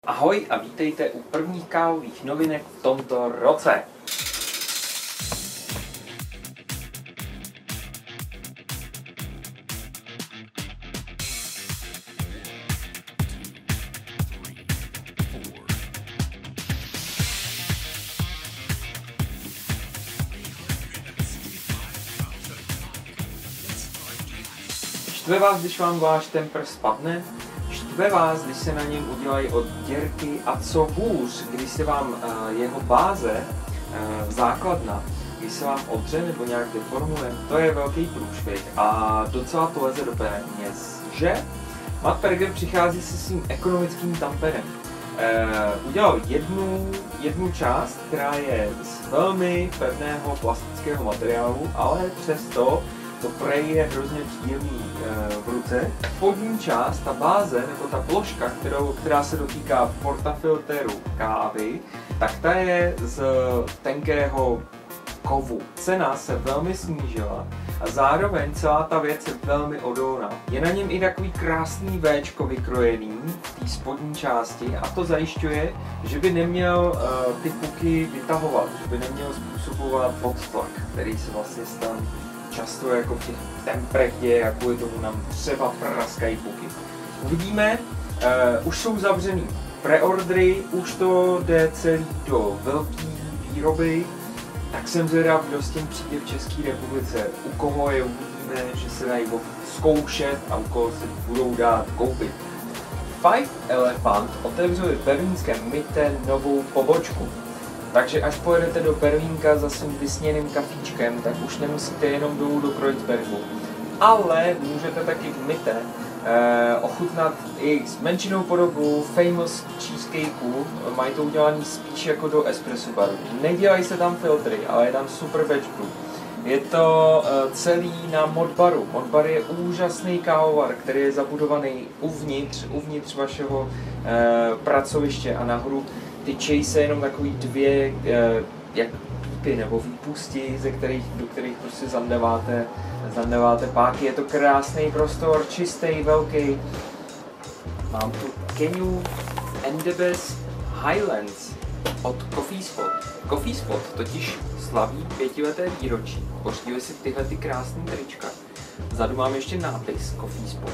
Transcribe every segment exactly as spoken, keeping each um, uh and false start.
Ahoj a vítejte u prvních kávových novinek v tomto roce. Štve vás, když vám váš temper spadne? Štve vás, když se na něm udělají odděrky? A co hůř, když se vám uh, jeho báze, uh, základna, když se vám odře nebo nějak deformuje? To je velký průšvih a docela to leze do peněz, že? Matt Perger přichází se svým ekonomickým tamperem. Uh, udělal jednu, jednu část, která je z velmi pevného plastického materiálu, ale přesto to prej je hrozně příjemný e, v ruce. Spodní část, ta báze, nebo ta ploška, kterou, která se dotýká portafilteru kávy, tak ta je z tenkého kovu. Cena se velmi snížila a zároveň celá ta věc je velmi odolná. Je na něm i takový krásný véčko vykrojený v té spodní části a to zajišťuje, že by neměl e, ty puky vytahovat, že by neměl způsobovat podtlak, který se vlastně stane často jako v těch temprech děje, jako kvůli tomu nám třeba praskají puky. Uvidíme, uh, už jsou zavřený preordry, už to jde celý do velké výroby, tak jsem zvědav, kdo s tím přijde v České republice, u koho je uvidíme, že se dají zkoušet a u koho se budou dát koupit. Five Elephant otevřeli v berlínském Mitte novou pobočku. Takže až pojedete do Berlínka za svým vysněným kafíčkem, tak už nemusíte jenom dolů do Kreuzbergu. Ale můžete taky v Mitte eh, ochutnat i zmenšenou podobu famous cheesecakeu. Mají to udělané spíš jako do espresso baru. Nedělají se tam filtry, ale je tam super batch brew. Je to eh, celý na Modbaru. Modbar je úžasný kávovar, který je zabudovaný uvnitř, uvnitř vašeho eh, pracoviště a nahoru tyčejí se jenom takový dvě eh, jak pípy nebo výpusti, ze kterých, do kterých prostě zandeváte, zandeváte páky. Je to krásný prostor, čistý, velký. Mám tu Kenyu Endebess Highlands od Coffee Spot. Coffee Spot totiž slaví pětileté výročí. Pořídili si tyhle ty krásné trička. Vzadu mám ještě nápis Coffee Spot.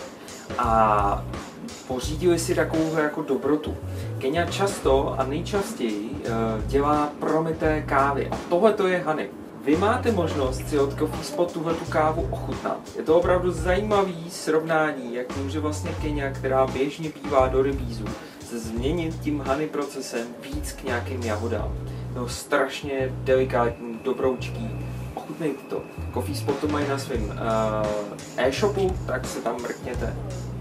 A pořídili si takovou jako dobrotu. Kenya často a nejčastěji uh, dělá promyté kávy a tohle to je honey. Vy máte možnost si od Coffee Spot tuhle tu kávu ochutnat. Je to opravdu zajímavý srovnání, jak může vlastně Kenya, která běžně bývá do rybízu, se změnit tím honey procesem víc k nějakým jahodám. No strašně delikátní, dobroučký. Ochutnejte to. Coffee Spot to mají na svém uh, e-shopu, tak se tam mrkněte.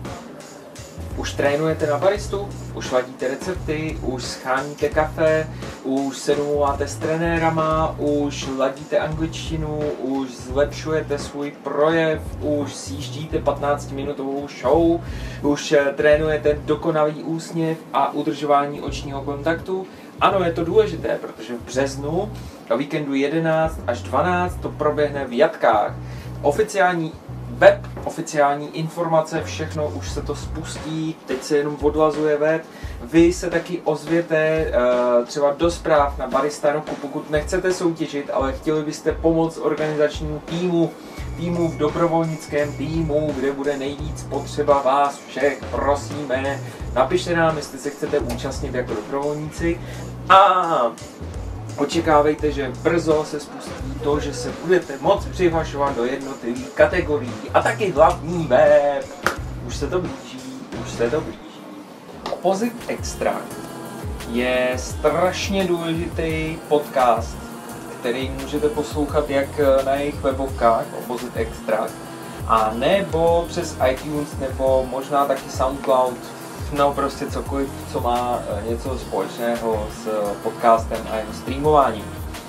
Už trénujete na baristu, už ladíte recepty, už scháníte kafe, už se domluváte s trenérama, už ladíte angličtinu, už zlepšujete svůj projev, už sjíždíte patnáctiminutovou show, už trénujete dokonalý úsměv a udržování očního kontaktu. Ano, je to důležité, protože v březnu a víkendu jedenáct až dvanáct to proběhne v Jatkách. Oficiální web, oficiální informace, všechno už se to spustí, teď se jenom odlazuje web. Vy se taky ozvěte uh, třeba do zpráv na Barista roku, pokud nechcete soutěžit, ale chtěli byste pomoct organizačnímu týmu, týmu v dobrovolnickém týmu, kde bude nejvíc potřeba vás všech, prosíme, napište nám, jestli se chcete účastnit jako dobrovolníci a očekávejte, že brzo se spustí to, že se budete moct přihlašovat do jednotlivých kategorií a taky hlavní web. Už se to blíží, už se to blíží. Opposite Extract je strašně důležitý podcast, který můžete poslouchat jak na jejich webovkách Opposite Extract, a nebo přes iTunes, nebo možná taky SoundCloud, no prostě cokoliv, co má něco společného s podcastem a jeho streamováním.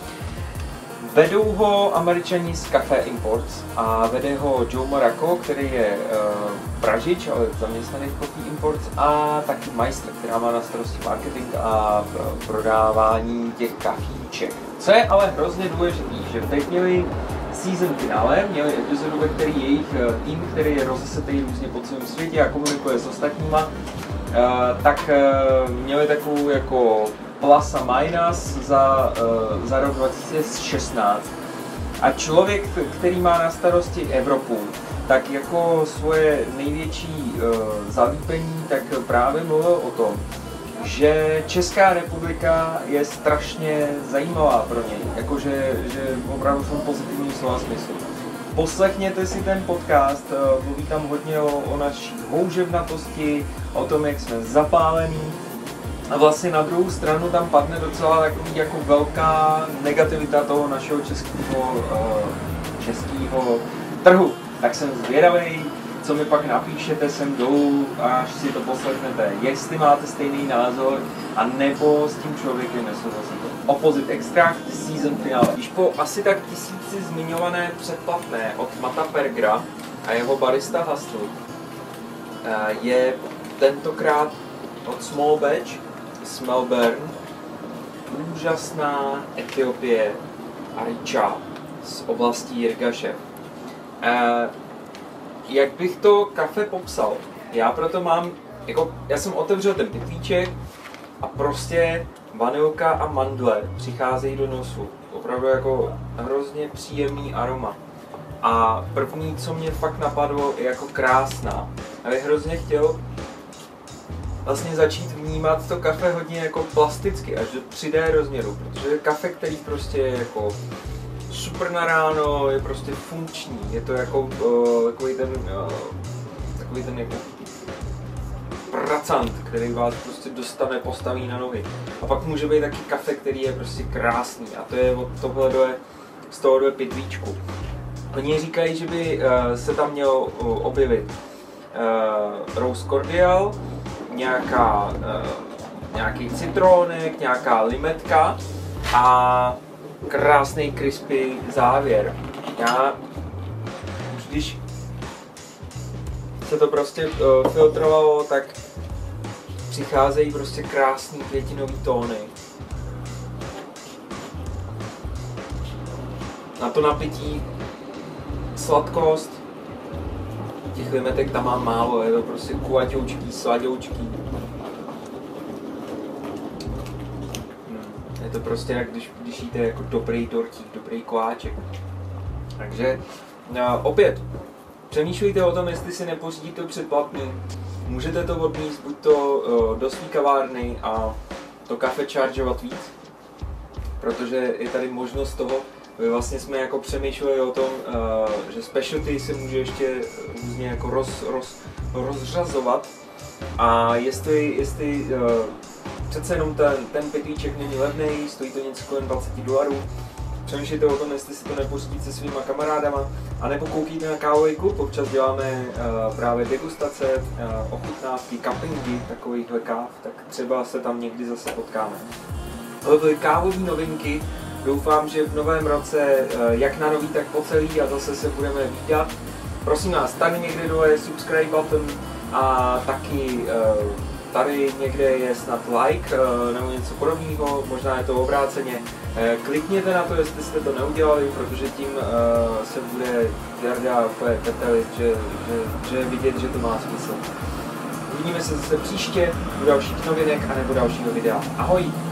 Vedou ho Američani z Cafe Imports a vede ho Joe Moracco, který je uh, Pražič, ale zaměstnaný v Coffee Imports, a taky Majster, která má na starosti marketing a prodávání těch kafíček. Co je ale hrozně důležitý, že teď měli season finále, měli epizodu, ve který jejich tým, který je rozesetý různě po celém světě a komunikuje s ostatníma, tak měli takovou jako plus a minus za, za rok dva tisíce šestnáct. A člověk, který má na starosti Evropu, tak jako svoje největší zalíbení, tak právě mluvil o tom, že Česká republika je strašně zajímavá pro něj, jakože že opravdu v tom pozitivním slova smyslu. Poslechněte si ten podcast, mluví tam hodně o, o naší houževnatosti, o tom, jak jsme zapálení. A vlastně na druhou stranu tam padne docela takový jako velká negativita toho našeho českého, českého trhu. Tak jsem zvědavý, co mi pak napíšete sem dolů, až si to poslechnete, jestli máte stejný názor, a nebo s tím člověkem nesouhlasíte. Opposite Extract Season Finale. Již po asi tak tisíci zmiňované předplatné od Matta Pergera a jeho Barista Hustle je tentokrát od Small Batch z Melbourne úžasná Etiopie Aricha z oblasti Jirgaše. Jak bych to kafe popsal? Já proto mám, jako, já jsem otevřel ten pitlíček a prostě vanilka a mandle přicházejí do nosu. Opravdu jako hrozně příjemný aroma. A první, co mě fakt napadlo, je jako krásná. Já bych hrozně chtěl vlastně začít vnímat to kafe hodně jako plasticky, až do tři dé rozměru, protože kafe, který prostě je jako super na ráno, je prostě funkční, je to jako uh, takový ten, uh, takový ten jako pracant, který vás prostě dostane, postaví na nohy. A pak může být taky kafe, který je prostě krásný, a to je od tohohle z tohohle pytlíčku. Oni říkají, že by uh, se tam mělo uh, objevit uh, Rose Cordial, nějaká, uh, nějaký citronek, nějaká limetka a krásný crispy závěr. Já už když se to prostě uh, filtrovalo, tak přicházejí prostě krásný květinový tóny. Na to napití sladkost, těch limetek tam mám málo, je to prostě kulatoučký, sladoučký. Je to prostě jak když, když jíte jako dobrý dortík, dobrý koláček. Takže no, opět, přemýšlejte o tom, jestli si nepořídíte předplatný. Můžete to odníst buď to uh, do svý kavárny a to kafe chargeovat víc, protože je tady možnost toho. My vlastně jsme jako přemýšleli o tom, uh, že specialty se může ještě různě jako roz, roz, rozřazovat, a jestli, jestli uh, přece jenom ten, ten pytlíček není levnej, stojí to něco kolem dvacet dolarů, přemýšlejte o tom, jestli si to nepořídit se svýma kamarádama, anebo koukejte na kávový klub, občas děláme uh, právě degustace, uh, ochutnávky, cuppingy takovýchhle káv, tak třeba se tam někdy zase potkáme. To byly kávové novinky. Doufám, že v novém roce, jak na nový, tak po celý, a zase se budeme vídat. Prosím nás, tady někde dole je subscribe button a taky tady někde je snad like nebo něco podobného, možná je to obráceně. Klikněte na to, jestli jste to neudělali, protože tím se bude Jarda úplně petelit, že, že, že je vidět, že to má smysl. Uvidíme se zase příště u dalších novinek a nebo dalšího videa. Ahoj!